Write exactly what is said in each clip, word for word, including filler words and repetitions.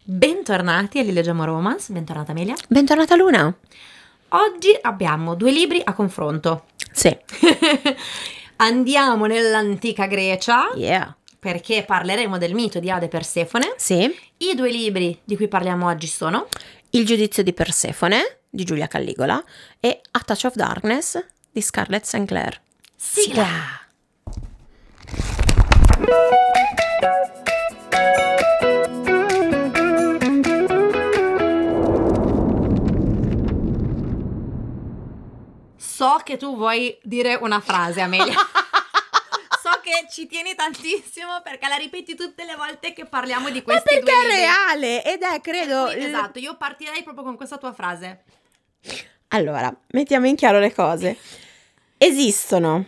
Bentornati a Li leggiamo Romance, bentornata Amelia. Bentornata Luna. Oggi abbiamo due libri a confronto. Sì. Andiamo nell'antica Grecia, Yeah. perché parleremo del mito di Ade e Persefone. Sì. I due libri di cui parliamo oggi sono Il giudizio di Persefone di Giulia Calligola e A Touch of Darkness di Scarlett Saint Clair. Sigla. So che tu vuoi dire una frase, Amelia. So che ci tieni tantissimo perché la ripeti tutte le volte che parliamo di questi Ma due perché è libri. reale ed è, credo... Quindi, esatto, io partirei proprio con questa tua frase. Allora, mettiamo in chiaro le cose. Esistono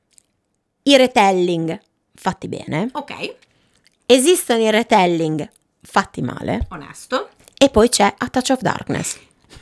i retelling fatti bene, Ok, esistono i retelling fatti male onesto. e poi c'è A Touch of Darkness.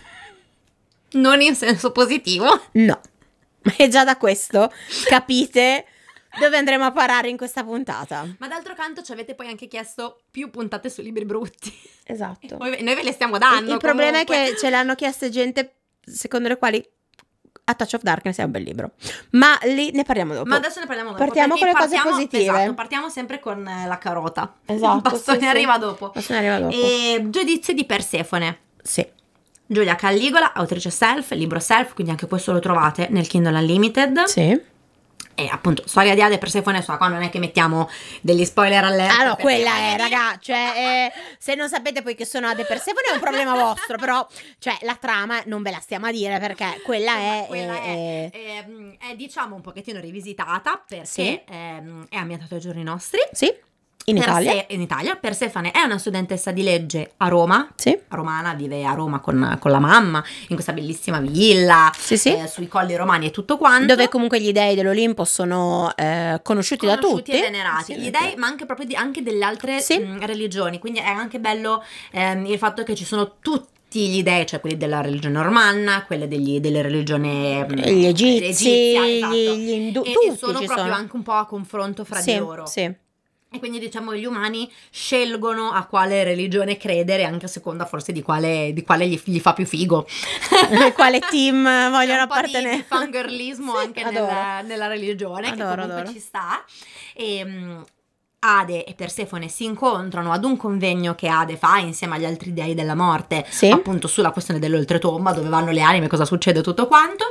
Non in senso positivo. No, e già da questo capite dove andremo a parare in questa puntata. Ma d'altro canto ci avete poi anche chiesto più puntate su libri brutti. Esatto. Noi, noi ve le stiamo dando. Il, il problema comunque. è che ce l'hanno chieste gente secondo le quali A Touch of Darkness è un bel libro, ma lì ne parliamo dopo. Ma adesso ne parliamo dopo. Partiamo perché con le cose partiamo- positive. Esatto, partiamo sempre con eh, la carota. Esatto, Il bastone sì, sì. arriva dopo. Il bastone arriva dopo. E Giudizio di Persefone. Sì. Giulia Calligola, autrice Self, libro Self, quindi anche questo lo trovate nel Kindle Unlimited. Sì. E appunto, storia di Ade e Persefone, so, qua non è che mettiamo degli spoiler alert. Ah no, perché quella è, magari- raga, cioè, eh, se non sapete poi che sono Ade e Persefone è un problema vostro, però, cioè, la trama non ve la stiamo a dire perché quella è... Quella è- è, è, è, diciamo un pochettino rivisitata perché Sì. è, è ambientato ai giorni nostri. Sì, in Italia. Perse- in Italia. Persefone è una studentessa di legge a Roma. Sì, Romana, vive a Roma con, con la mamma in questa bellissima villa sì, sì. eh, sui colli romani e tutto quanto. Dove comunque gli dei dell'Olimpo sono eh, conosciuti, da conosciuti tutti. e venerati, Sì, gli dei, ma anche proprio di, anche delle altre Sì. mh, religioni. Quindi è anche bello ehm, il fatto che ci sono tutti gli dei, cioè quelli della religione normanna, quelle degli, delle religioni mh, Gli egizi, egizia, esatto. gli, gli indu- e, tutti e sono ci proprio sono. anche un po' a confronto fra Sì, di loro. sì. E quindi diciamo gli umani scelgono a quale religione credere, anche a seconda forse di quale, di quale gli, gli fa più figo. Quale team C'è vogliono un po' di- appartenere? di fangirlismo Sì, anche adoro. nella, nella religione, che Adoro, comunque adoro. ci sta. E mh, Ade e Persefone si incontrano ad un convegno che Ade fa insieme agli altri dei della morte, Sì. appunto sulla questione dell'oltretomba, dove vanno le anime, cosa succede, tutto quanto.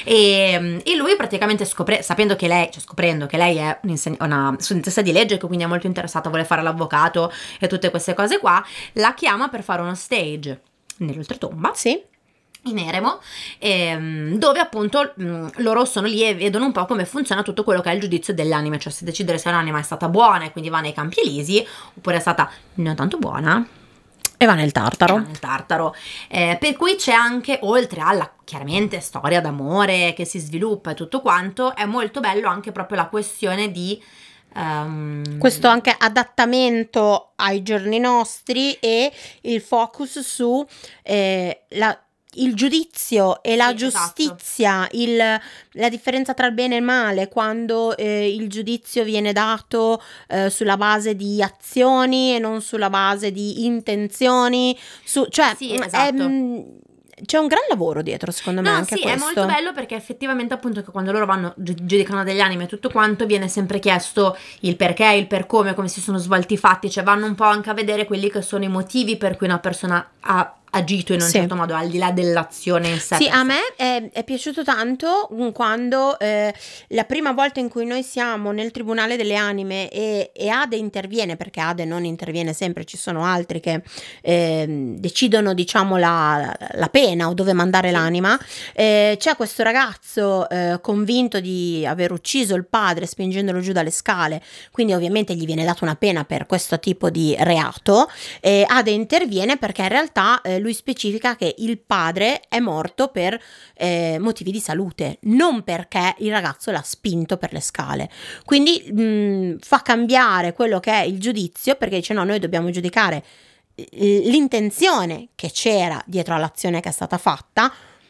E, e lui praticamente scopre, sapendo che lei, cioè scoprendo che lei è un'inseg- una studentessa di legge, che quindi è molto interessata, vuole fare l'avvocato e tutte queste cose qua, la chiama per fare uno stage nell'oltretomba Sì. in Eremo, ehm, dove appunto mh, loro sono lì e vedono un po' come funziona tutto quello che è il giudizio delle anime, cioè se decidere se un'anima è stata buona e quindi va nei campi elisi, oppure è stata non tanto buona E va nel e va tartaro. nel tartaro. Eh, per cui c'è anche, oltre alla chiaramente storia d'amore che si sviluppa e tutto quanto, è molto bello anche proprio la questione di ehm, Questo anche adattamento ai giorni nostri e il focus su eh, la- il giudizio e la Sì, esatto. giustizia, il- la differenza tra il bene e il male, quando eh, il giudizio viene dato eh, sulla base di azioni e non sulla base di intenzioni, su, cioè Sì, mm, esatto. è, mm, c'è un gran lavoro dietro, secondo me, No, anche sì, questo. è molto bello perché effettivamente appunto che quando loro vanno, gi- giudicano degli anime e tutto quanto, viene sempre chiesto il perché, il per come, come si sono svolti i fatti, cioè vanno un po' anche a vedere quelli che sono i motivi per cui una persona ha agito in un Sì. certo modo, al di là dell'azione in sé. Sì, per a sé. me è, è piaciuto tanto mm, quando eh, la prima volta in cui noi siamo nel Tribunale delle Anime e, e Ade interviene, perché Ade non interviene sempre, ci sono altri che ehm, decidono, diciamo, la, la pena o dove mandare Sì. l'anima, eh, c'è questo ragazzo eh, convinto di aver ucciso il padre spingendolo giù dalle scale, quindi ovviamente gli viene data una pena per questo tipo di reato. eh, Ade interviene perché in realtà eh, lui specifica che il padre è morto per eh, motivi di salute, non perché il ragazzo l'ha spinto per le scale. Quindi mh, fa cambiare quello che è il giudizio, perché dice no, noi dobbiamo giudicare l'intenzione che c'era dietro all'azione che è stata fatta,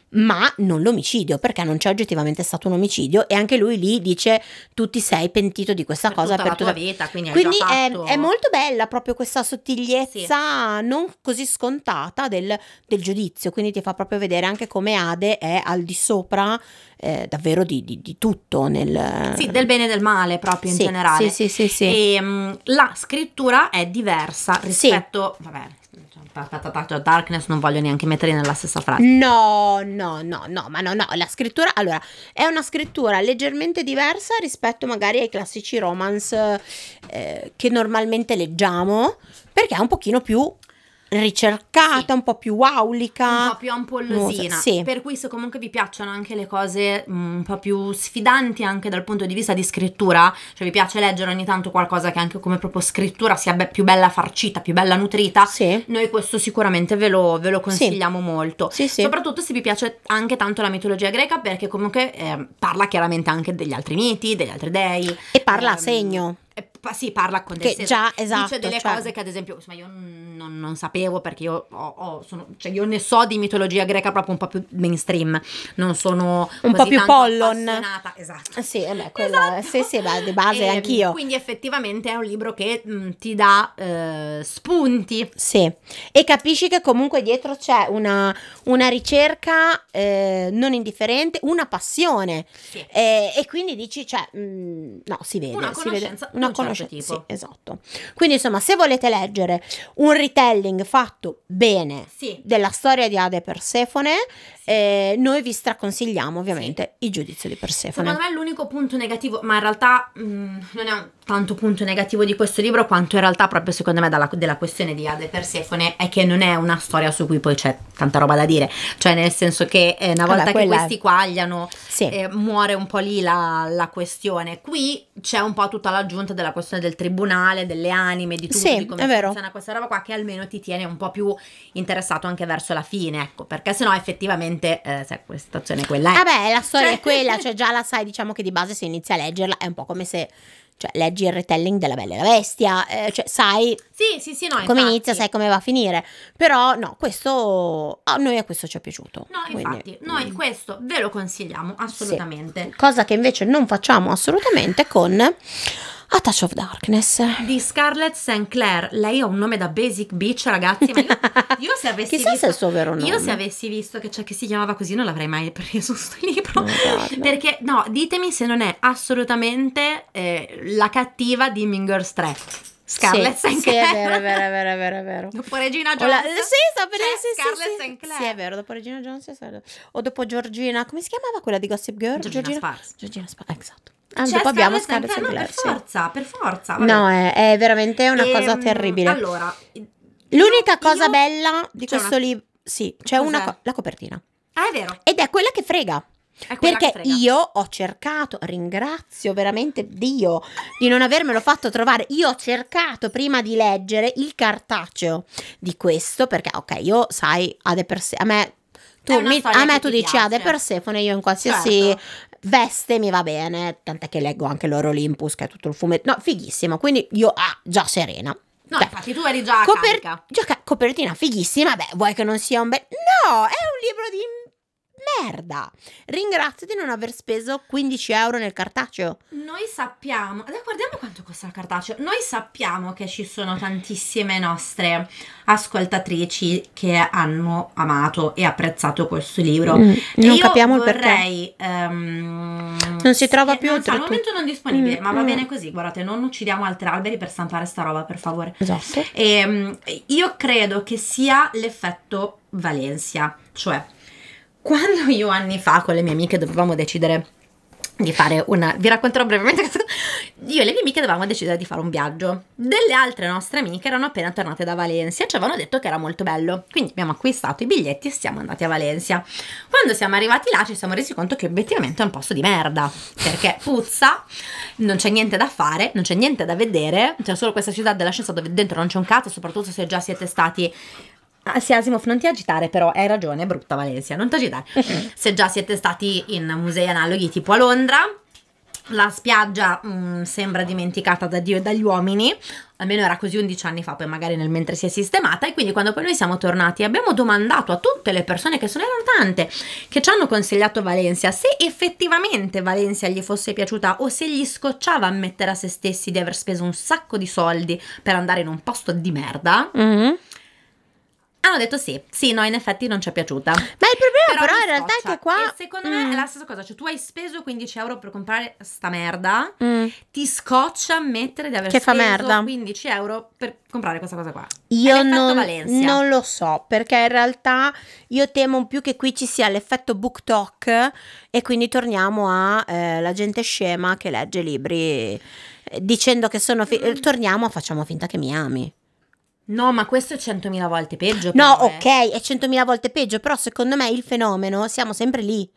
ma non l'omicidio, perché non c'è oggettivamente stato un omicidio, e anche lui lì dice tu ti sei pentito di questa Per cosa tutta per la tutta tua vita, quindi hai quindi già è, fatto- è molto bella proprio questa sottigliezza non così scontata del, del giudizio, quindi ti fa proprio vedere anche come Ade è al di sopra eh, davvero di, di, di tutto nel... Sì, del bene e del male proprio in Sì, generale. sì, sì, sì, sì. E mh, la scrittura è diversa rispetto, vabbè, aspetta, Darkness non voglio neanche mettere nella stessa frase. No, no, no, no, ma no, no, la scrittura, allora, è una scrittura leggermente diversa rispetto magari ai classici romance eh, che normalmente leggiamo, perché è un pochino più ricercata, Sì. un po' più aulica, Un po' più ampollosina, sì. per cui se comunque vi piacciono anche le cose mh, un po' più sfidanti anche dal punto di vista di scrittura, cioè vi piace leggere ogni tanto qualcosa che anche come proprio scrittura sia be- più bella farcita, più bella nutrita, Sì. noi questo sicuramente ve lo, ve lo consigliamo Sì. molto, Sì, sì. soprattutto se vi piace anche tanto la mitologia greca, perché comunque eh, parla chiaramente anche degli altri miti, degli altri dei. E parla a ehm, segno. eh, pa- sì, parla con Che del senso. già, esatto, Dice delle cioè- cose che ad esempio insomma, io non, non sapevo, perché io ho, ho- sono, cioè io ne so di mitologia greca proprio un po' più mainstream, non sono Un così po' più tanto Pollon. appassionata. Esatto. Eh sì, vabbè, quella, Esatto. sì, sì, beh, di base E, anch'io. Quindi effettivamente è un libro che mh, ti dà eh, spunti. Sì, e capisci che comunque dietro c'è una, una ricerca eh, non indifferente, una passione. Sì. Eh, e quindi dici, cioè, mh, no, si vede, Una si vede conoscenza di una un certo conoscenza, tipo. sì, esatto. Quindi insomma, se volete leggere un retelling fatto bene Sì. della storia di Ade e Persefone, eh, noi vi straconsigliamo ovviamente il giudizio di Persefone. Secondo me l'unico punto negativo, ma in realtà mh, non è un tanto punto negativo di questo libro quanto in realtà proprio secondo me dalla, della questione di Ade e Persefone è che non è una storia su cui poi c'è tanta roba da dire, cioè nel senso che eh, una volta Vabbè, che quella è- questi quagliano Sì. eh, muore un po' lì la, la questione. Qui c'è un po' tutta l'aggiunta della questione del tribunale, delle anime, di tutto, Sì, di come è vero. funziona questa roba qua, che almeno ti tiene un po' più interessato anche verso la fine, ecco, perché sennò effettivamente eh, sai, quella situazione quella è. Vabbè, la storia Cioè- è quella, cioè già la sai, diciamo che di base se inizi a leggerla è un po' come se, cioè, leggi il retelling della Bella e la Bestia, eh, cioè sai Sì, sì, sì, no, come infatti. inizia, sai come va a finire, però no, questo, a noi a questo ci è piaciuto. No, Quindi, infatti, noi mm, questo ve lo consigliamo assolutamente. cosa che invece non facciamo assolutamente con A Touch of Darkness. Di Scarlett Saint Clair, lei ha un nome da Basic Beach, ragazzi, ma io, io se avessi Chissà visto se è il suo vero nome. Io se avessi visto che, cioè, che si chiamava così non l'avrei mai preso sto libro. Oh, guarda. Perché, no, ditemi se non è assolutamente eh, la cattiva di Mean Girls tre. Scarlett sì, Saint sì, Clair. è vero, è vero, è vero, è vero, è vero. Dopo Regina O Jones. la- sì, sta per c'è dire, sì, Scarlett sì, Saint sì. Clair. Sì, è vero, dopo Regina Jones è stato- o dopo Georgina, come si chiamava quella di Gossip Girl? Georgina Sparks. Georgina Sparks, esatto. Ah, C'è dopo abbiamo Scarlett Scarlett Saint Saint Clair, Clair, no, per sì. forza, per forza. vabbè. No, è, è veramente una Ehm, cosa terribile. Allora, L'unica io- cosa io- bella di c'è questo una- libro, sì, c'è Cos'è? una co- la copertina. Ah, è vero. Ed è quella che frega. È quella che Perché frega. io ho cercato, ringrazio veramente Dio di non avermelo fatto trovare. Io ho cercato prima di leggere il cartaceo di questo, perché ok, io sai, Ade Perse- a me tu, È una mi- storia a me che tu ti dici Ade piace. Persefone, io in qualsiasi Certo. veste mi va bene, tant'è che leggo anche l'Oro Olympus, che è tutto il fumetto. No, fighissimo, quindi io ah, già serena. No, Beh, infatti tu eri già Coper- carica. gioca- copertina fighissima, beh, vuoi che non sia un bel... No, è un libro di merda. Ringrazio di non aver speso quindici euro nel cartaceo. Noi sappiamo, adesso guardiamo quanto costa il cartaceo. Noi sappiamo che ci sono tantissime nostre ascoltatrici che hanno amato e apprezzato questo libro. Mm, E non io capiamo il perché. vorrei, ehm, Non si trova eh, più non so, al oltretutto. momento non disponibile, Mm, ma va mm. bene così. Guardate, non uccidiamo altri alberi per stampare sta roba, per favore. Esatto. E, io credo che sia l'effetto Valencia, cioè quando io anni fa con le mie amiche dovevamo decidere di fare una, vi racconterò brevemente questo. Io e le mie amiche dovevamo decidere di fare un viaggio. Delle altre nostre amiche erano appena tornate da Valencia e ci avevano detto che era molto bello, quindi abbiamo acquistato i biglietti e siamo andati a Valencia. Quando siamo arrivati là ci siamo resi conto che obiettivamente è un posto di merda, perché puzza, non c'è niente da fare, non c'è niente da vedere, c'è solo questa città della scienza dove dentro non c'è un cazzo, soprattutto se già siete stati. Ah, sì, Asimov, non ti agitare, però hai ragione, è brutta Valencia, non ti agitare. Se già siete stati in musei analoghi tipo a Londra, la spiaggia mh, sembra dimenticata da Dio e dagli uomini. almeno era così undici anni fa, poi magari nel mentre si è sistemata. E quindi quando poi noi siamo tornati abbiamo domandato a tutte le persone, che sono erano tante, che ci hanno consigliato Valencia, se effettivamente Valencia gli fosse piaciuta o se gli scocciava ammettere a se stessi di aver speso un sacco di soldi per andare in un posto di merda. Mhm. Hanno detto sì, sì, no, in effetti non ci è piaciuta. Ma il problema però, mi in realtà è scoccia. che qua... E secondo me Mm. è la stessa cosa, cioè tu hai speso quindici euro per comprare sta merda, Mm. ti scoccia ammettere di aver Che fa speso merda. quindici euro per comprare questa cosa qua. Io È l'effetto non, Valencia. non lo so, perché in realtà io temo più che qui ci sia l'effetto book talk e quindi torniamo a eh, la gente scema che legge libri eh, dicendo che sono... fi- Mm. torniamo a facciamo finta che mi ami. No, ma questo è centomila volte peggio. No, però, eh. ok, è centomila volte peggio, però secondo me il fenomeno siamo sempre lì.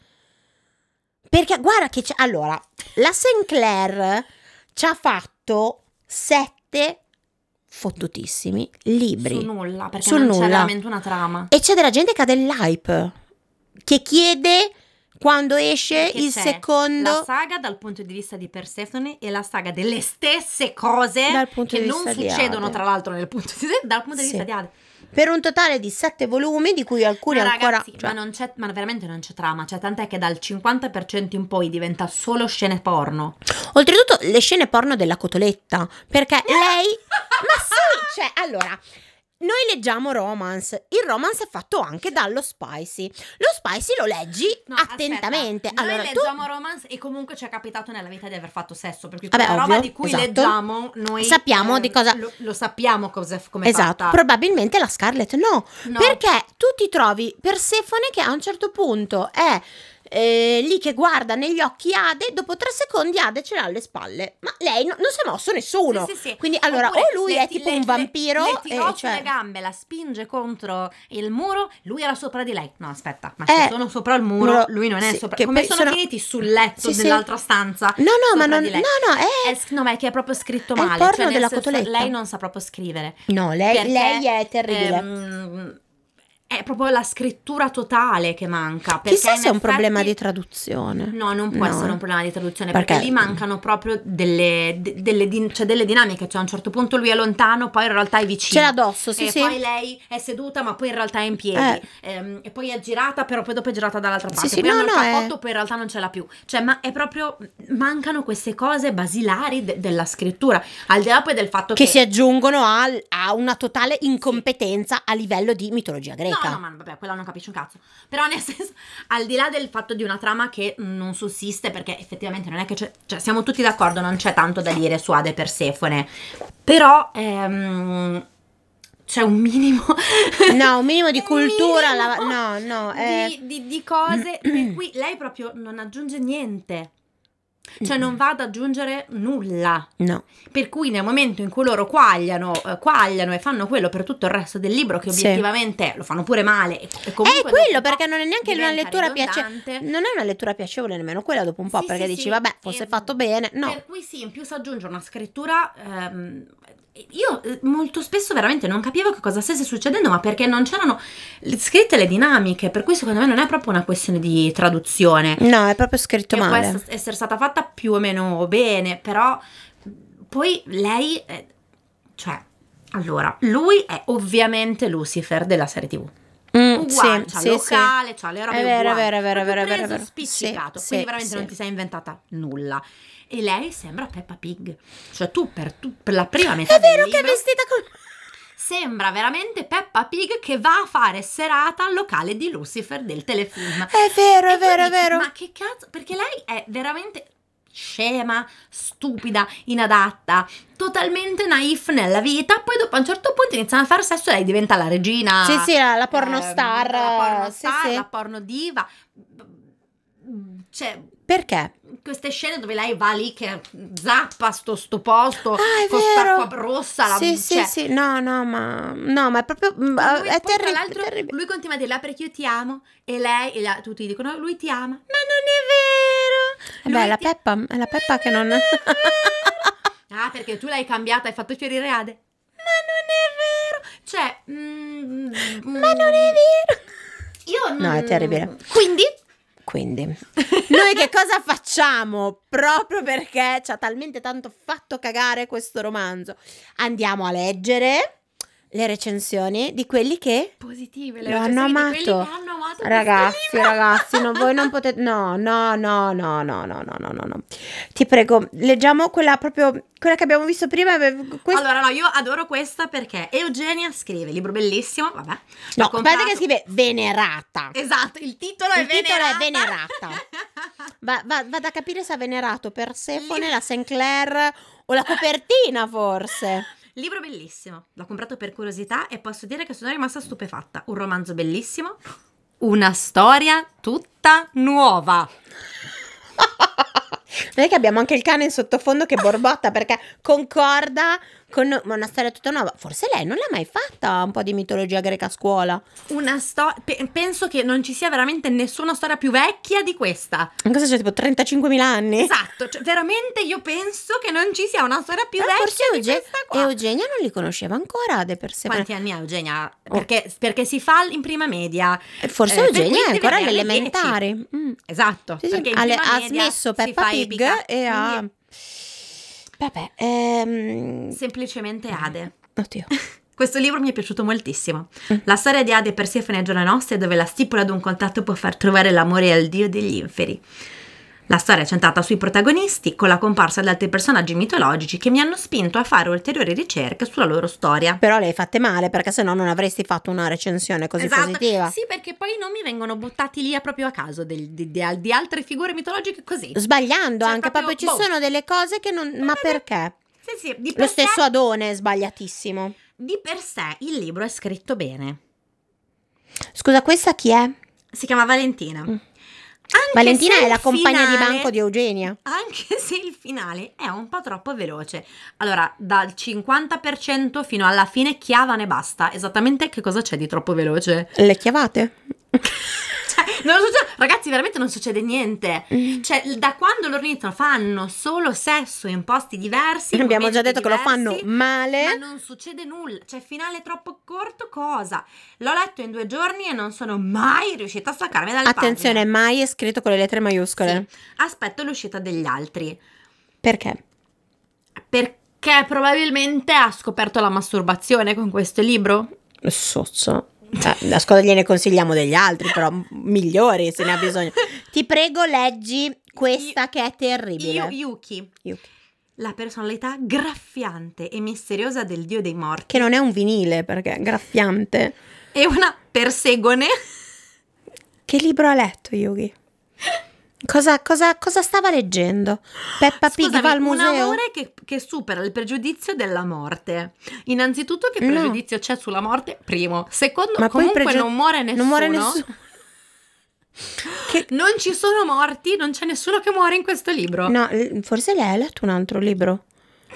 Perché guarda che c'è... Allora, la Sinclair ci ha fatto sette fottutissimi libri. Su nulla, perché Sul non nulla. c'è veramente una trama. E c'è della gente che ha dell'hype, che chiede quando esce Perché il c'è secondo... la saga dal punto di vista di Persephone e la saga delle stesse cose Dal punto che di non vista di succedono Ade. tra l'altro nel punto di, dal punto di Sì. vista di Ade. Per un totale di sette volumi, di cui alcuni No, ancora... ragazzi, cioè- ma, non c'è, ma veramente non c'è trama, cioè tant'è che dal cinquanta per cento in poi diventa solo scene porno. Oltretutto le scene porno della Cotoletta, perché lei... Ma sì, cioè, allora... Noi leggiamo romance, il romance è fatto anche dallo spicy. Lo spicy lo leggi No, attentamente. aspetta, Allora, noi tu... leggiamo romance e comunque ci è capitato nella vita di aver fatto sesso, perché Vabbè, quella ovvio, roba di cui esatto. leggiamo noi Sappiamo eh, di cosa- lo, lo sappiamo cos'è, come è Esatto, fatta. probabilmente la Scarlett no, No. perché tu ti trovi Persefone che a un certo punto è eh, lì che guarda negli occhi Ade, dopo tre secondi Ade ce l'ha alle spalle, ma lei no- non si è mosso nessuno, Sì, sì, sì. quindi allora Oppure o lui le- è tipo le- un le- vampiro, le tirò e, cioè, sulle gambe, la spinge contro il muro, lui era sopra di lei. No, aspetta, ma Eh, se sono sopra il muro, muro- lui non è sì, sopra. che Come poi sono, sono- finiti sul letto Sì, sì. dell'altra stanza? no no ma sopra non, di no lei? no è, È, no, ma è che è proprio scritto È il male. porno cioè nel della senso, Cotoletta. lei non sa proprio scrivere. no lei, Perché, lei è terribile. ehm, è proprio la scrittura totale che manca. perché Chissà in se è un problema effetti- di traduzione. No, non può No, essere eh. un problema di traduzione, Perché- perché, lì mancano proprio delle, de- delle, din- cioè delle dinamiche. Cioè a un certo punto lui è lontano, poi in realtà è vicino. Ce l'ha addosso, sì e sì. poi lei è seduta, ma poi in realtà è in piedi. Eh. Ehm, e poi è girata, però poi dopo è girata dall'altra Sì, parte. sì, poi no, hanno il no, è- cappotto, poi in realtà non ce l'ha più. Cioè, ma è proprio. Mancano queste cose basilari de- della scrittura. Al di là poi del fatto Che che. si aggiungono al- a una totale incompetenza a livello di mitologia greca. No, no, ma vabbè, quella non capisce un cazzo. Però nel senso, al di là del fatto di una trama che non sussiste, perché effettivamente non è che c'è, cioè siamo tutti d'accordo, non c'è tanto da dire su Ade e Persefone. Però ehm, c'è un minimo No, un minimo di un cultura, la- minimo no, no, è- di, di- di cose per cui lei proprio non aggiunge niente. Cioè non va ad aggiungere nulla. no. Per cui nel momento in cui loro quagliano, eh, quagliano e fanno quello per tutto il resto del libro, che Sì. obiettivamente lo fanno pure male, e, e comunque È dopo quello un po' perché non è neanche una diventa lettura piacevole. ridondante. Non è una lettura piacevole nemmeno quella dopo un po', Sì, perché sì, dici sì. vabbè, fosse E- fatto bene. No. Per cui sì, in più si aggiunge una scrittura. ehm, io eh, molto spesso veramente non capivo che cosa stesse succedendo, ma perché non c'erano le- scritte le dinamiche, per cui secondo me non è proprio una questione di traduzione. No, è proprio scritto Che può male. ess- essere stata fatta più o meno bene, però poi lei, è- cioè, allora, lui è ovviamente Lucifer della serie tivù. Mm, Uguale, sì, c'ha sì, il sì. locale, c'ha le robe È vero, è uguali. vero, è vero, è Proprio vero, è vero, è preso vero. spiccicato, Sì, quindi sì, veramente sì. non ti sei inventata nulla. E lei sembra Peppa Pig. Cioè tu per, tu, per la prima metà È vero del che è libro vestita con... sembra veramente Peppa Pig che va a fare serata al locale di Lucifer del telefilm. È vero, E è tu vero, è dici, vero. Ma che cazzo? Perché lei è veramente scema, stupida, inadatta, totalmente naif nella vita. Poi dopo a un certo punto iniziano a fare sesso e lei diventa la regina. Sì, sì, la, la ehm, pornostar. la pornostar, sì, sì. la pornodiva. Cioè, Perché? queste scene dove lei va lì che zappa sto, sto posto Ah, è con vero. st'acqua rossa. La, Sì, sì, cioè, sì. No, no, ma... No, ma è proprio... mm, lui, è poi, tra terribile, l'altro, terribile. lui continua a dirle "Ah, perché io ti amo", e lei e la- tutti dicono "lui ti ama", ma non è vero. Eh beh, Lui la ti- Peppa, è la Peppa che non... Ah, perché tu l'hai cambiata, hai fatto fiorire Ade. Ma non è vero. Cioè, mm, Ma non è vero. io non... No, è terribile. Quindi, Quindi, Noi che cosa facciamo? Proprio perché ci ha talmente tanto fatto cagare questo romanzo. Andiamo a leggere le recensioni di quelli che Positive, le lo hanno recensioni di quelli amato. che hanno amato Ragazzi, questo libro. ragazzi, no, voi non potete. No, no, no, no, no, no, no, no, no, no. Ti prego, leggiamo quella proprio. Quella che abbiamo visto prima. Quest- Allora, no, io adoro questa perché Eugenia scrive, libro bellissimo, vabbè. no, l'ho aspetta comprato- che scrive venerata. Esatto, il titolo è Il titolo è venerata. venerata. Va, va, vado a capire se ha venerato Persefone, la Sinclair o la copertina, forse. Libro bellissimo, l'ho comprato per curiosità e posso dire che sono rimasta stupefatta. Un romanzo bellissimo, una storia tutta nuova. Noi che abbiamo anche il cane in sottofondo che borbotta perché concorda con una storia tutta nuova. Forse lei non l'ha mai fatta un po' di mitologia greca a scuola. Una storia, penso che non ci sia veramente nessuna storia più vecchia di questa. Cosa c'è, tipo trentacinquemila anni? Esatto, cioè, veramente io penso che non ci sia una storia più Eh, vecchia forse di Euge- questa qua. Eugenia non li conosceva ancora De Persefone. Quanti anni ha Eugenia? Perché, perché si fa in prima media. Eh, Forse Eh, per Eugenia cui è deve ancora alle averne elementari. Mm. Esatto, Sì, sì, perché in alle- prima ha media smesso si Peppa fa Pig epica, e ha... quindi Vabbè, ehm... semplicemente Ade. Oddio. Questo libro mi è piaciuto moltissimo. Mm. La storia di Ade, Persefone e Giovane Nostra, dove la stipula di un contratto può far trovare l'amore al dio degli inferi. La storia è centrata sui protagonisti, con la comparsa di altri personaggi mitologici che mi hanno spinto a fare ulteriori ricerche sulla loro storia. Però le hai fatte male, perché sennò non avresti fatto una recensione così Esatto. positiva. Sì, perché poi non mi vengono buttati lì a proprio a caso del- di, di- di altre figure mitologiche così. Sbagliando Cioè, anche, proprio, proprio, ci boh. sono delle cose che non... Ma perché? Sì, sì, di per, Lo sé, stesso Adone è sbagliatissimo. di per sé il libro è scritto bene. Scusa, questa chi è? Si chiama Valentina. Mm. Anche Valentina se è il la compagna di finale- banco di Eugenia. Anche se il finale è un po' troppo veloce. Allora, dal cinquanta per cento fino alla fine chiavane basta. Esattamente che cosa c'è di troppo veloce? Le chiavate? Cioè, non succede- ragazzi, veramente non succede niente. Mm. Cioè, da quando loro iniziano fanno solo sesso in posti diversi, in Abbiamo già momenti detto che lo fanno diversi, male. ma non succede nulla. Cioè, finale troppo corto, cosa? L'ho letto in due giorni e non sono mai riuscita a staccarmi dalle Attenzione, pagine. mai è scritto con le lettere maiuscole. Sì. Aspetto l'uscita degli altri. Perché? Perché probabilmente ha scoperto la masturbazione con questo libro. Sozzo. Eh, a scuola gliene consigliamo degli altri, però m- migliori se ne ha bisogno. Ti prego, leggi questa che è terribile. Yu- Yuki, Yuki. la personalità graffiante e misteriosa del dio dei morti, Che non è un vinile, perché è graffiante. è una persegone. Che libro ha letto Yuki? Cosa, cosa, cosa stava leggendo? Peppa Pig Scusami, va al un museo? amore che, che supera il pregiudizio della morte. Innanzitutto, che No. pregiudizio c'è sulla morte? Primo. Secondo, Ma poi comunque pregiu- non muore nessuno. Non muore nessuno. Che- Non ci sono morti, non c'è nessuno che muore in questo libro. No, l- forse lei ha letto un altro libro.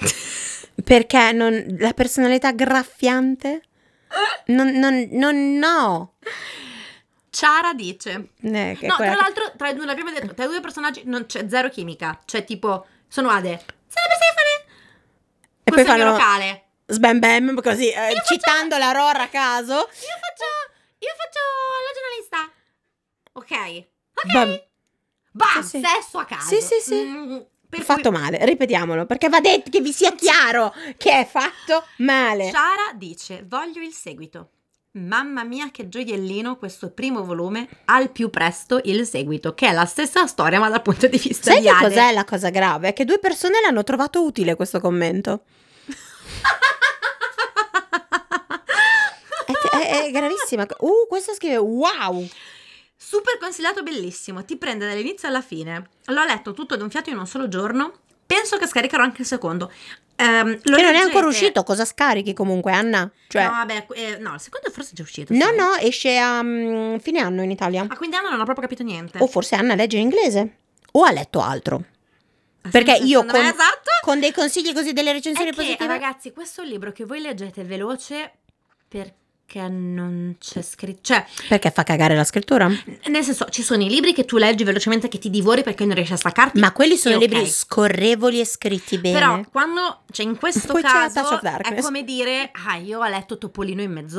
Perché non, la personalità graffiante? Non, non, non no. Ciara dice: Eh, che è no, quella tra che- l'altro, tra, non l'abbiamo detto, tra i due personaggi non c'è zero chimica. Cioè, tipo, sono Ade, sono Persefone. E Questo poi è il mio fanno locale. sbam bam così, eh, faccio- citando la Rora a caso. Io faccio, io faccio la giornalista. Ok. Ok. Bam. Bam, Sì, sì. sesso a caso. Sì, sì, sì. Mm, per Fatto cui male, ripetiamolo, perché va detto che vi sia chiaro che è fatto male. Ciara dice: voglio il seguito. Mamma mia, che gioiellino questo primo volume, al più presto il seguito, che è la stessa storia ma dal punto di vista Sai di che Ade. cos'è la cosa grave? È che due persone l'hanno trovato utile questo commento. È, è- è gravissima. Uh, questo scrive wow. Super consigliato, bellissimo, ti prende dall'inizio alla fine. L'ho letto tutto d'un fiato in un solo giorno. Penso che scaricherò anche il secondo. Ehm, lo Che non è leggete- ancora uscito, cosa scarichi comunque, Anna? Cioè, No, vabbè, eh, no, il secondo forse è già uscito. no, sai. no, esce a mm, fine anno in Italia. A quindi anno non ho proprio capito niente. O forse Anna legge in inglese. O ha letto altro. Perché Sì, io secondo con, me, esatto. con dei consigli così, delle È recensioni che, positive. ragazzi, questo è un libro che voi leggete veloce perché non c'è scritto. Cioè, Perché fa cagare la scrittura? nel senso, ci sono i libri che tu leggi velocemente, che ti divori perché non riesci a staccarti. Ma quelli sono Sì, libri ok. scorrevoli e scritti bene. Però quando, cioè in questo Poi c'è la Touch caso of Darkness. è come dire: ah, io ho letto Topolino in mezz'ora.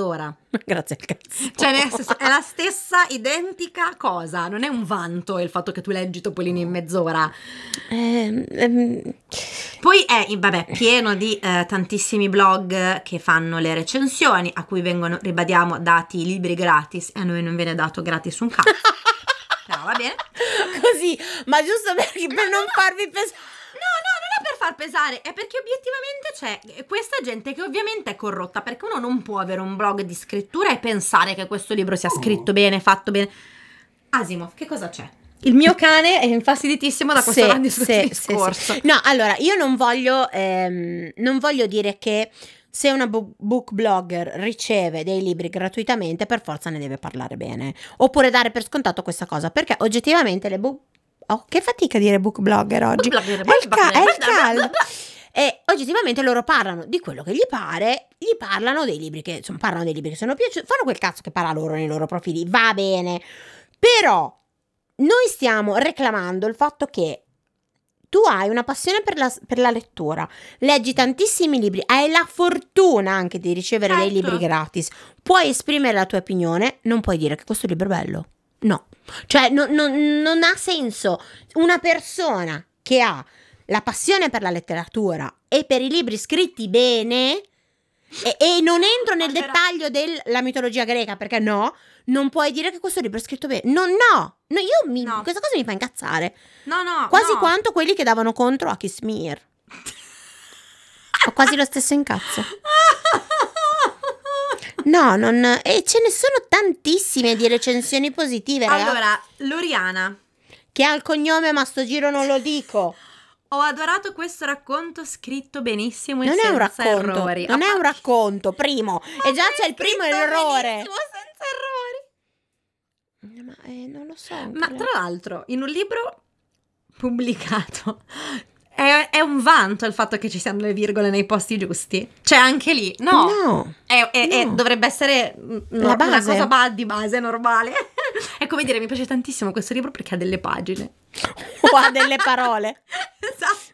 Grazie al cazzo. Cioè, nel senso, è la stessa identica cosa. Non è un vanto il fatto che tu leggi Topolini in mezz'ora. Ehm, ehm, Poi è, vabbè, pieno di eh, tantissimi blog che fanno le recensioni, a cui vengono, ribadiamo, dati libri gratis, e a noi non viene dato gratis un cazzo. Però va bene. Così, ma giusto per, per non farvi pesare. No, no, non è per far pesare, è perché obiettivamente c'è questa gente che ovviamente è corrotta, perché uno non può avere un blog di scrittura e pensare che questo libro sia scritto bene, fatto bene. Asimov, che cosa c'è? Il mio cane è infastiditissimo da questo Sì, sì, sì, discorso. sì, sì. No, allora, io non voglio, ehm, non voglio dire che se una bu- book blogger riceve dei libri gratuitamente, per forza ne deve parlare bene. Oppure dare per scontato questa cosa, perché oggettivamente le book... Oh, che fatica dire book blogger oggi. Book blogger, È book il, ca- è blogger. il caldo. E oggettivamente loro parlano di quello che gli pare, gli parlano dei libri che, insomma, parlano dei libri che sono piaciuti, fanno quel cazzo che parla loro nei loro profili, va bene. Però noi stiamo reclamando il fatto che tu hai una passione per la, per la lettura, leggi tantissimi libri, hai la fortuna anche di ricevere dei Certo. libri gratis, puoi esprimere la tua opinione, non puoi dire che questo libro è bello. No, cioè no- no- non ha senso. Una persona che ha la passione per la letteratura e per i libri scritti bene, e, e non entro nel Ma però- dettaglio della mitologia greca, perché no, non puoi dire che questo libro è scritto bene. No, no, no, io mi, No. questa cosa mi fa incazzare. No, no, Quasi no. quanto quelli che davano contro a Kissmere. Ho quasi lo stesso incazzo. No, non... E ce ne sono tantissime di recensioni positive, ragazzi. Allora, Loriana, Che ha il cognome, ma sto giro non lo dico. ho adorato questo racconto scritto benissimo e Non è senza un racconto. errori. Non A è un parte- racconto, primo. E già Ma c'è è il primo scritto errore. benissimo, senza errori. Ma eh, non lo so. Ma ancora. tra l'altro, in un libro pubblicato è, è un vanto il fatto che ci siano le virgole nei posti giusti. Cioè, anche lì, no. No. È- è- è- No. dovrebbe essere mm, no, La una base. cosa ba- di base normale. È come dire, mi piace tantissimo questo libro perché ha delle pagine. O ha delle parole. Esatto.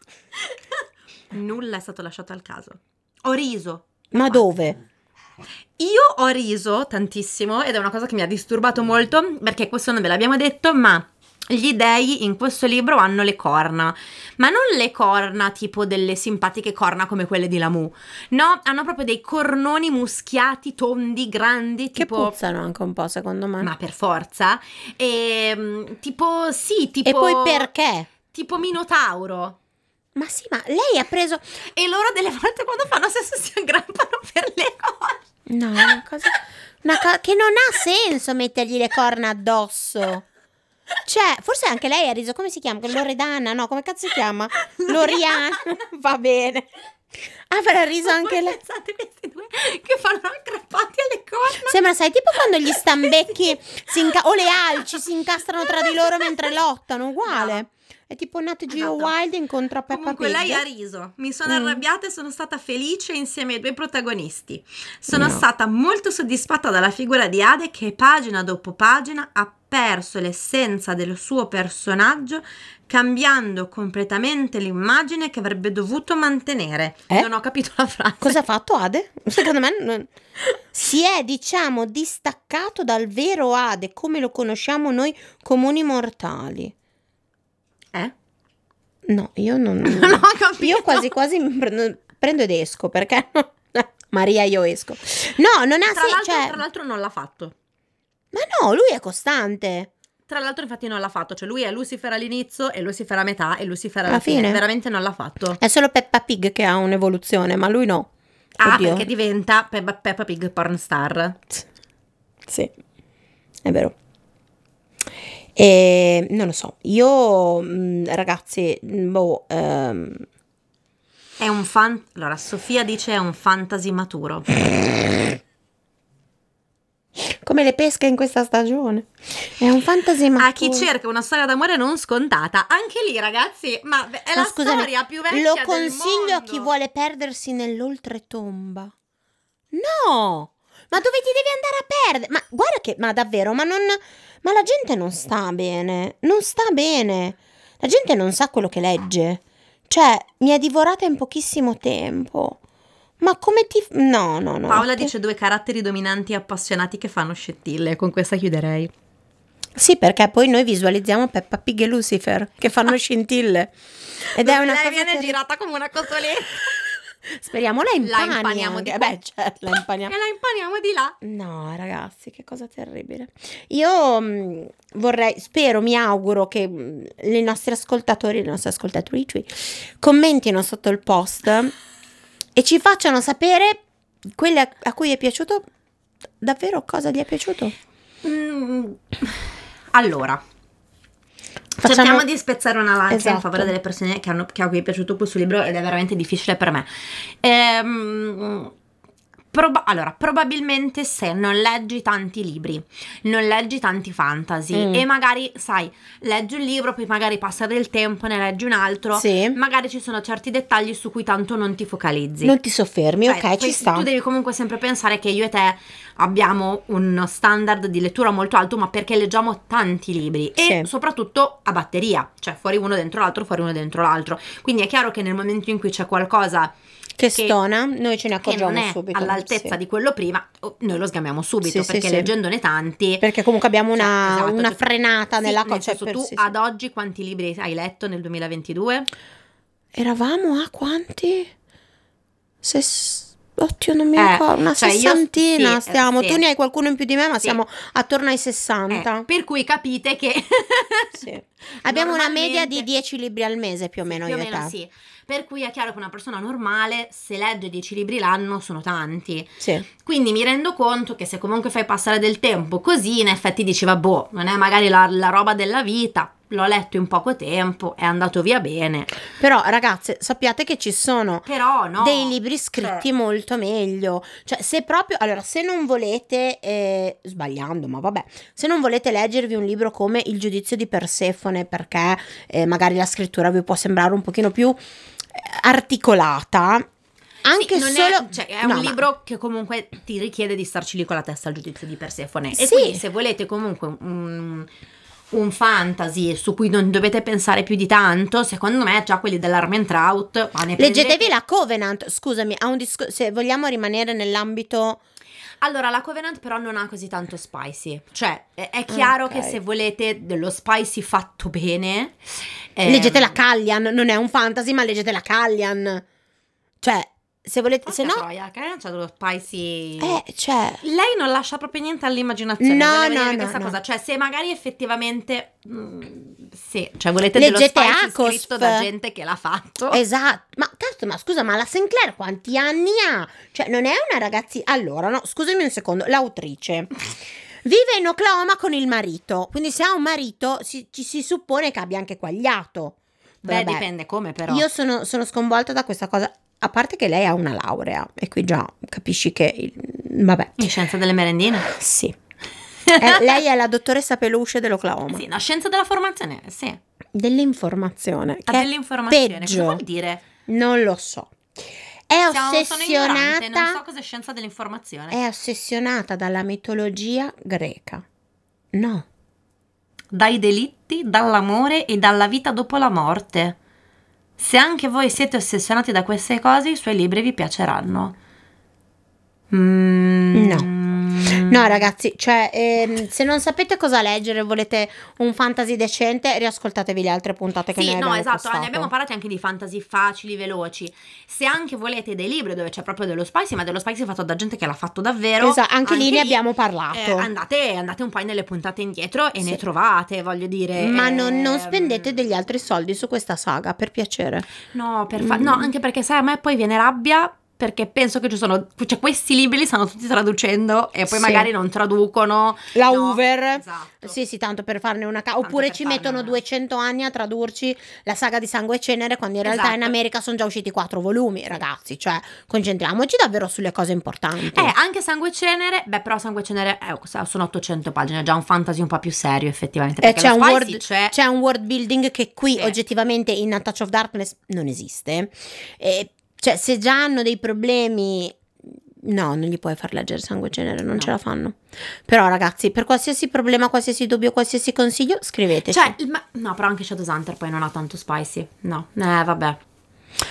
Nulla è stato lasciato al caso. Ho riso. Ma dove? Io ho riso tantissimo ed è una cosa che mi ha disturbato molto perché questo non ve l'abbiamo detto, ma gli dei in questo libro hanno le corna, ma non le corna tipo delle simpatiche corna come quelle di Lamu, no, hanno proprio dei cornoni muschiati, tondi, grandi, Che tipo... puzzano anche un po', secondo me. Ma per forza, e, tipo sì, tipo... E poi perché? Tipo Minotauro. Ma sì, ma lei ha preso... E loro delle volte quando fanno sesso si aggrappano per le corna. No, una cosa... Una co- che non ha senso mettergli le corna addosso. Cioè, forse anche lei ha riso, come si chiama? Loredana, no, come cazzo si chiama? Loriana, va bene. Avrà riso anche Voi lei. pensate questi due che fanno aggrappati alle corna? Sembra, sai, tipo quando gli stambecchi si inca- o le alci si incastrano tra di loro mentre lottano, uguale. È tipo Nat Geo Esatto. Wild incontra Peppa Comunque Pig. lei ha riso, mi sono Mm. arrabbiata e sono stata felice insieme ai due protagonisti. Sono No. stata molto soddisfatta dalla figura di Ade che pagina dopo pagina ha perso l'essenza del suo personaggio, cambiando completamente l'immagine che avrebbe dovuto mantenere. Eh? Non ho capito la frase. Cosa ha fatto Ade? Secondo me non- si è, diciamo, distaccato dal vero Ade come lo conosciamo noi comuni mortali. Eh? No, io non... Non ho capito. Io quasi quasi mi prendo, prendo ed esco, perché... Maria, io esco. No, non ha Tra senso, l'altro, cioè... tra l'altro non l'ha fatto. Ma no, lui è costante. Tra l'altro infatti non l'ha fatto, cioè lui è Lucifer all'inizio e Lucifer a metà e Lucifer alla Alla fine. fine. Veramente non l'ha fatto. È solo Peppa Pig che ha un'evoluzione, ma lui no. Ah, Oddio. perché diventa Peppa, Peppa Pig pornstar. Sì, è vero. E non lo so, io mh, ragazzi, mh, boh, ehm, È un fan... Allora, Sofia dice è un fantasy maturo. come le pesche in questa stagione. È un fantasy maturo. A chi cerca una storia d'amore non scontata. Anche lì, ragazzi, ma è Ma la scusami, storia più vecchia lo del consiglio a mondo. chi vuole perdersi nell'oltretomba. No, ma dove ti devi andare a perdere? Ma guarda che, ma davvero, ma non, ma la gente non sta bene, non sta bene. La gente non sa quello che legge. Cioè, mi ha divorata in pochissimo tempo. Ma come ti... No, no, no. Paola dice due caratteri dominanti e appassionati che fanno scintille. Con questa chiuderei. Sì, perché poi noi visualizziamo Peppa Pig e Lucifer che fanno scintille. Ed è una lei cosa viene terri- girata come una cotoletta. Speriamo la impani. La impaniamo anche. di qua. Beh, certo, la impaniamo. E la impaniamo di là. No, ragazzi, che cosa terribile. Io mh, vorrei, spero, mi auguro che mh, i nostri ascoltatori, le nostre ascoltatrici commentino sotto il post e ci facciano sapere quelle a, a cui è piaciuto, davvero cosa gli è piaciuto. Mm, allora, Facciamo- cerchiamo di spezzare una lancia Esatto. in favore delle persone che, hanno, che a cui è piaciuto questo libro ed è veramente difficile per me. Ehm, proba- allora, probabilmente se non leggi tanti libri, non leggi tanti fantasy Mm. e magari, sai, leggi un libro, poi magari passa del tempo, ne leggi un altro, Sì. magari ci sono certi dettagli su cui tanto non ti focalizzi. Non ti soffermi, Cioè, ok, poi ci sta. Tu devi comunque sempre pensare che io e te abbiamo uno standard di lettura molto alto, ma perché leggiamo tanti libri e Sì. soprattutto a batteria, cioè fuori uno dentro l'altro, fuori uno dentro l'altro. Quindi è chiaro che nel momento in cui c'è qualcosa Che stona, noi ce ne che accorgiamo non è subito. all'altezza sì. di quello prima, oh, noi lo sgamiamo subito, Sì, sì, perché sì. leggendone tanti... Perché comunque abbiamo cioè, una, esatto, una cioè, frenata sì, nella nel cosa. senso, per- tu sì, sì. ad oggi quanti libri hai letto nel duemilaventidue? Eravamo a quanti? Ses... Oddio, non mi Eh, ricordo, una cioè io- sessantina sì, eh, stiamo. sì. Tu ne hai qualcuno in più di me, ma Sì. siamo attorno ai sessanta. Eh, per cui capite che Sì. Abbiamo una media di normalmente- dieci libri al mese più o Sì, meno più o io e meno te. sì. Per cui è chiaro che una persona normale, se legge dieci libri l'anno, sono tanti. Sì. Quindi mi rendo conto che se comunque fai passare del tempo così, in effetti diceva, boh, non è magari la, la roba della vita, l'ho letto in poco tempo, è andato via bene. Però ragazze, sappiate che ci sono Però no. dei libri scritti Cioè, molto meglio. Cioè, se proprio, allora, se non volete, eh, sbagliando, ma vabbè, se non volete leggervi un libro come Il giudizio di Persefone, perché eh, magari la scrittura vi può sembrare un pochino più eh, articolata, anche sì, non solo... è, cioè, è no, un ma- libro che comunque ti richiede di starci lì con la testa al giudizio di Persefone. E Sì. quindi se volete comunque un, un fantasy su cui non dovete pensare più di tanto, secondo me già quelli dell'Armentrout, ma ne Leggetevi prendete- la Covenant, scusami, ha un disco- se vogliamo rimanere nell'ambito... Allora, la Covenant però non ha così tanto spicy. Cioè, è, è chiaro Ok. che se volete dello spicy fatto bene... ehm, Leggete la Callian, non è un fantasy, ma leggete la Callian. Cioè, se volete, se porca no... troia, che c'è dello spicy... Eh, cioè... Lei non lascia proprio niente all'immaginazione. No, Voglio no, vedere no, questa no. cosa. Cioè, se magari effettivamente... mm, sì, cioè volete Leggete dello spicy Akosf. scritto da gente che l'ha fatto. Esatto, ma cazzo, ma scusa, ma la Sinclair quanti anni ha? Cioè, non è una ragazzi... Allora, no, scusami un secondo, l'autrice vive in Oklahoma con il marito, quindi se ha un marito si- ci si suppone che abbia anche quagliato. Beh, Vabbè, dipende come però. io sono, sono sconvolta da questa cosa, a parte che lei ha una laurea, e qui già capisci che... il- Vabbè, In scienza delle merendine? sì. Eh, lei è la dottoressa Peluche dell'Oklahoma. Sì, no, scienza della formazione, sì. Dell'informazione, Ha che è dell'informazione. Cosa peggio. vuol dire? Non lo so. È Siamo, sono ignorante, non so ossessionata, cos'è scienza dell'informazione. è ossessionata dalla mitologia greca. No. Dai delitti, dall'amore e dalla vita dopo la morte. Se anche voi siete ossessionati da queste cose, i suoi libri vi piaceranno. Mm, No. No, ragazzi, cioè, ehm, se non sapete cosa leggere, volete un fantasy decente, riascoltatevi le altre puntate che Sì, noi no, abbiamo esatto, postato. ne abbiamo parlato anche di fantasy facili, veloci. Se anche volete dei libri dove c'è proprio dello spicy, ma dello spicy fatto da gente che l'ha fatto davvero, Esatto, anche lì ne abbiamo parlato. eh, andate, andate un po' nelle puntate indietro e Sì. ne trovate, voglio dire. Ma non, non ehm, spendete degli altri soldi su questa saga, per piacere. No, per fa- Mm. no, anche perché sai, a me poi viene rabbia perché penso che ci sono, cioè questi libri li stanno tutti traducendo e poi Sì. magari non traducono La no, Hoover. esatto. Sì, sì, tanto per farne una ca- Tanto oppure per ci farne mettono una. duecento anni a tradurci la saga di Sangue e Cenere quando in realtà in Esatto. America sono già usciti quattro volumi, ragazzi, cioè concentriamoci davvero sulle cose importanti. Eh, anche Sangue e Cenere, beh, però Sangue e Cenere eh, sono ottocento pagine, è già un fantasy un po' più serio effettivamente, Eh, perché c'è, lo un spicy world, c'è. c'è un world building che qui Sì. oggettivamente in A Touch of Darkness non esiste. E, cioè, se già hanno dei problemi, no, non gli puoi far leggere Sangue e Cenere, non No. ce la fanno. Però, ragazzi, per qualsiasi problema, qualsiasi dubbio, qualsiasi consiglio, scriveteci. Cioè, il- ma- no, però anche Shadowhunter poi non ha tanto spicy. No, eh, vabbè.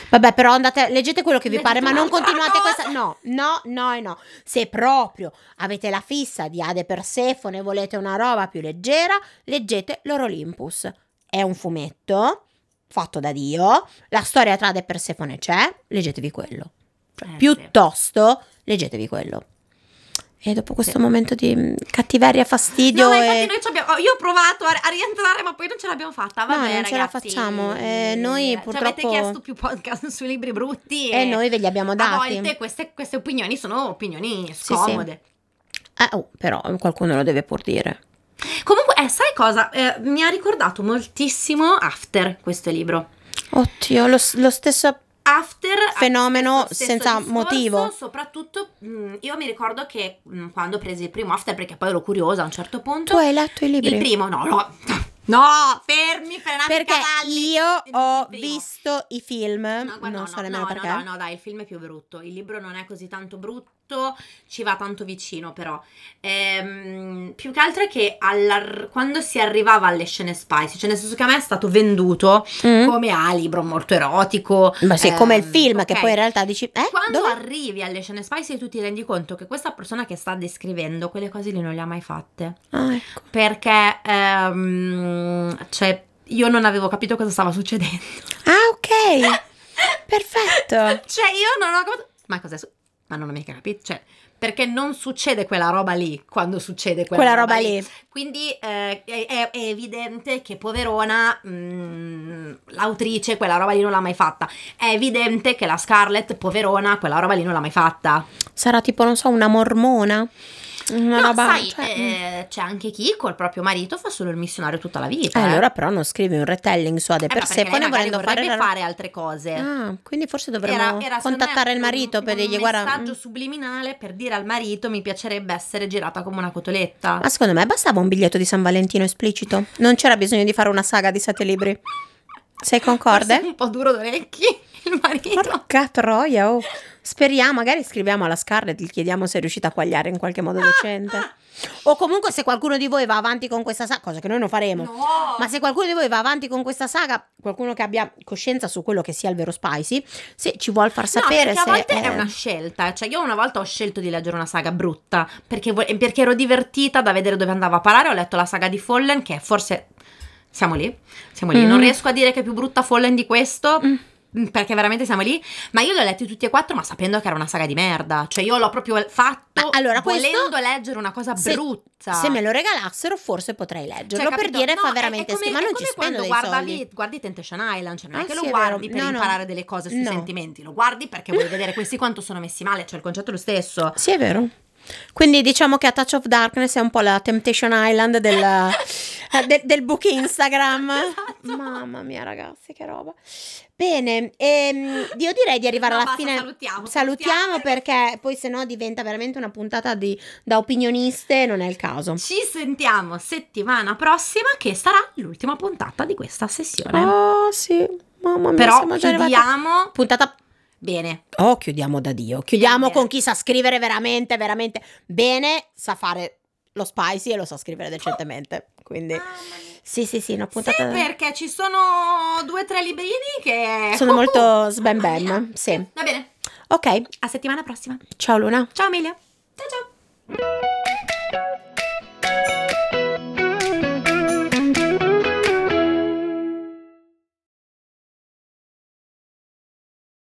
Vabbè, però andate, leggete quello che vi Leggete pare, ma non un'altra continuate cosa. questa. No, no, no e no. Se proprio avete la fissa di Ade Persefone e volete una roba più leggera, leggete Loro Olympus. È un fumetto fatto da Dio. La storia tra Ade e Persefone c'è, leggetevi quello. Cioè, Eh, piuttosto, leggetevi quello. E dopo questo Sì. momento di mm, cattiveria, fastidio No, ma e... infatti noi ci abbiamo, oh, io ho provato a, a rientrare, ma poi non ce l'abbiamo fatta. Vabbè, No, non ce la ragazzi, facciamo. Eh, noi Ci purtroppo- avete chiesto più podcast sui libri brutti E noi ve li abbiamo a dati. volte queste, queste opinioni sono opinioni sì. scomode. Eh, oh, però qualcuno lo deve pur dire. Comunque, eh, sai cosa? Eh, mi ha ricordato moltissimo After questo libro. Oddio, lo, lo stesso... After Fenomeno stesso- stesso senza discorso, motivo. Soprattutto mh, io mi ricordo che mh, quando presi il primo After, perché poi ero curiosa a un certo punto. Tu hai letto i libri? Il primo, no, no, no, fermi, frenate i Perché cavalli. io ho Il primo. visto i film, No, guarda, non no, so no, nemmeno no, perché. no, no, dai, il film è più brutto. Il libro non è così tanto brutto, ci va tanto vicino, però. Ehm, più che altro è che alla- quando si arrivava alle scene spicy, cioè nel senso che a me è stato venduto Mm. come a libro molto erotico. Ma sì, come il ehm, film, che ok. poi in realtà dici... Eh, Quando dove? arrivi alle scene spicy tu ti rendi conto che questa persona che sta descrivendo quelle cose lì non le ha mai fatte. Ah, ecco. Perché, ehm, cioè, io non avevo capito cosa stava succedendo. Ah, ok. Perfetto. Cioè, io non ho capito. Ma cos'è? su- Ma non ho mica capito. Cioè, perché non succede quella roba lì quando succede quella, Quella roba lì. Quindi eh, è, è- è evidente che poverona, mh, l'autrice quella roba lì non l'ha mai fatta. È evidente che la Scarlett, poverona, quella roba lì non l'ha mai fatta. Sarà tipo, non so, una mormona? Una No, roba... sai, cioè, eh, c'è anche chi col proprio marito fa solo il missionario tutta la vita. eh, eh. allora però non scrivi un retelling su Ade Eh, ma perché lei Persefone magari volendo fare... vorrebbe la- fare altre cose. Ah, quindi forse dovremmo Era, era, secondo contattare me, il marito un, per dirgli un guarda... messaggio mm, subliminale per dire al marito mi piacerebbe essere girata come una cotoletta. Ma secondo me bastava un biglietto di San Valentino esplicito. Non c'era bisogno di fare una saga di sette libri. Sei concorde? Forse un po' duro d'orecchi il marito. Porca troia, oh. Speriamo, magari scriviamo alla Scarlett, gli chiediamo se è riuscita a quagliare in qualche modo decente. O comunque se qualcuno di voi va avanti con questa saga, cosa che noi non faremo, No. ma se qualcuno di voi va avanti con questa saga, qualcuno che abbia coscienza su quello che sia il vero spicy, se ci vuol far sapere no, perché a se volte eh, è una scelta. Cioè, io una volta ho scelto di leggere una saga brutta perché, vo- perché ero divertita da vedere dove andava a parare. Ho letto la saga di Fallen, che forse siamo lì. Siamo lì. Mm. Non riesco a dire che è più brutta Fallen di questo. Mm. Perché veramente siamo lì. Ma io li ho letti tutti e quattro, ma sapendo che era una saga di merda. Cioè, io l'ho proprio fatto Ma allora, questo- volendo leggere una cosa se- brutta. se me lo regalassero forse potrei leggerlo, Cioè, per capito? dire No, fa è- veramente è come, sì, ma è non come ci spendo quando dei guardavi, soldi. guardi Temptation Island, cioè non è Ah, che sì, lo è guardi vero. per No, no. imparare delle cose sui No. sentimenti, lo guardi perché vuoi vedere questi quanto sono messi male, cioè il concetto è lo stesso. Sì, è vero. Quindi diciamo che A Touch of Darkness è un po' la Temptation Island del, eh, de- del book Instagram. Esatto. Mamma mia, ragazzi, che roba. Bene, ehm, io direi di arrivare No, alla basta, fine. salutiamo, Salutiamo salutiamo. perché poi sennò diventa veramente una puntata di, da opinioniste, non è il caso. Ci sentiamo settimana prossima che sarà l'ultima puntata di questa sessione. Oh, sì, mamma mia, Però siamo già arrivati. chiudiamo Puntata. bene. Oh, chiudiamo da Dio. Chiudiamo bene. con chi sa scrivere veramente, veramente bene, sa fare lo spicy e lo sa scrivere decentemente. Quindi, Mamma mia. sì, sì, sì, una Sì, puntata. perché ci sono due o tre librini che Sono Uh, molto sbam mamma bam, mia. sì. Va bene, Ok, a settimana prossima. ciao Luna. Ciao Emilia. Ciao ciao.